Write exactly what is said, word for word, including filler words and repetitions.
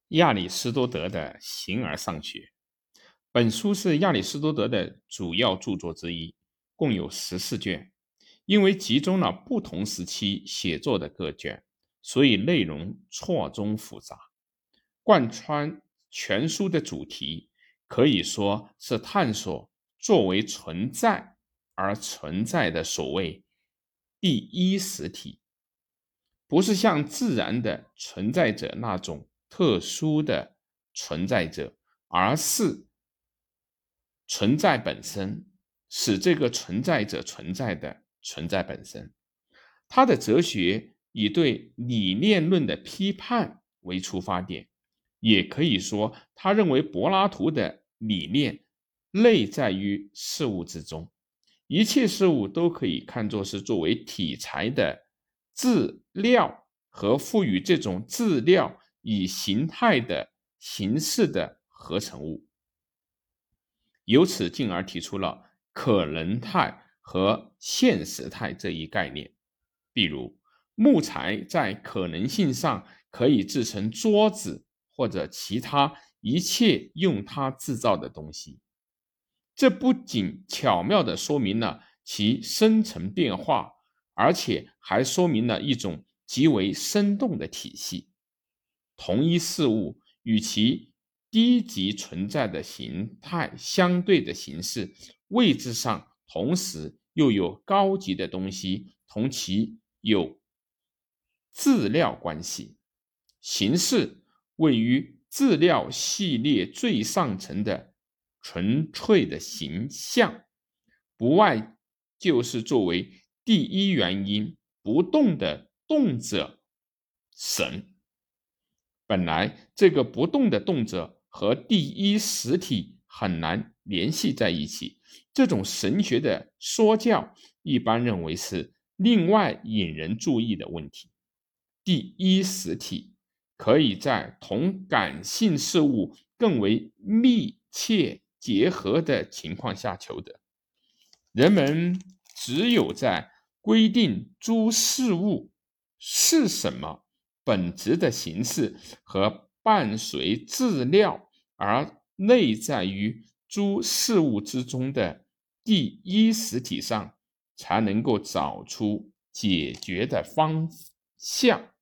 亚里士多德的形而上学。本书是亚里士多德的主要著作之一，共有十四卷。因为集中了不同时期写作的各卷，所以内容错综复杂。贯穿全书的主题可以说是探索作为存在而存在的所谓第一实体，不是像自然的存在者那种特殊的存在者，而是存在本身，使这个存在者存在的存在本身。他的哲学以对理念论的批判为出发点，也可以说他认为柏拉图的理念内在于事物之中，一切事物都可以看作是作为体裁的质料和赋予这种质料以形态的形式的合成物，由此进而提出了可能态和现实态这一概念。比如木材在可能性上可以制成桌子或者其他一切用它制造的东西，这不仅巧妙地说明了其生成变化，而且还说明了一种极为生动的体系。同一事物与其低级存在的形态相对的形式，位置上同时又有高级的东西同其有质料关系。形式位于质料系列最上层的纯粹的形象，不外就是作为第一原因不动的动者神。本来这个不动的动者和第一实体很难联系在一起，这种神学的说教一般认为是另外引人注意的问题。第一实体可以在同感性事物更为密切结合的情况下求得。人们只有在规定诸事物是什么本质的形式和伴随质料而内在于诸事物之中的第一实体上，才能够找出解决的方向。